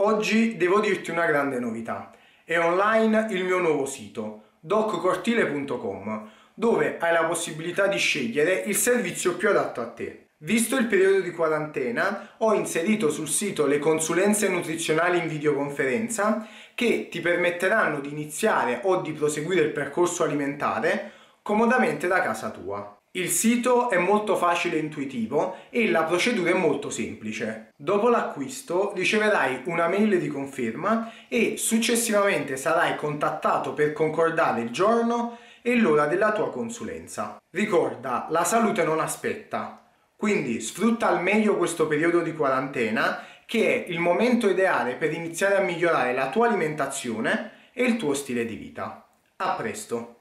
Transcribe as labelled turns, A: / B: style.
A: Oggi devo dirti una grande novità. È online il mio nuovo sito, doccortile.com, dove hai la possibilità di scegliere il servizio più adatto a te. Visto il periodo di quarantena, ho inserito sul sito le consulenze nutrizionali in videoconferenza che ti permetteranno di iniziare o di proseguire il percorso alimentare comodamente da casa tua. Il sito è molto facile e intuitivo e la procedura è molto semplice. Dopo l'acquisto riceverai una mail di conferma e successivamente sarai contattato per concordare il giorno e l'ora della tua consulenza. Ricorda, la salute non aspetta, quindi sfrutta al meglio questo periodo di quarantena, che è il momento ideale per iniziare a migliorare la tua alimentazione e il tuo stile di vita. A presto!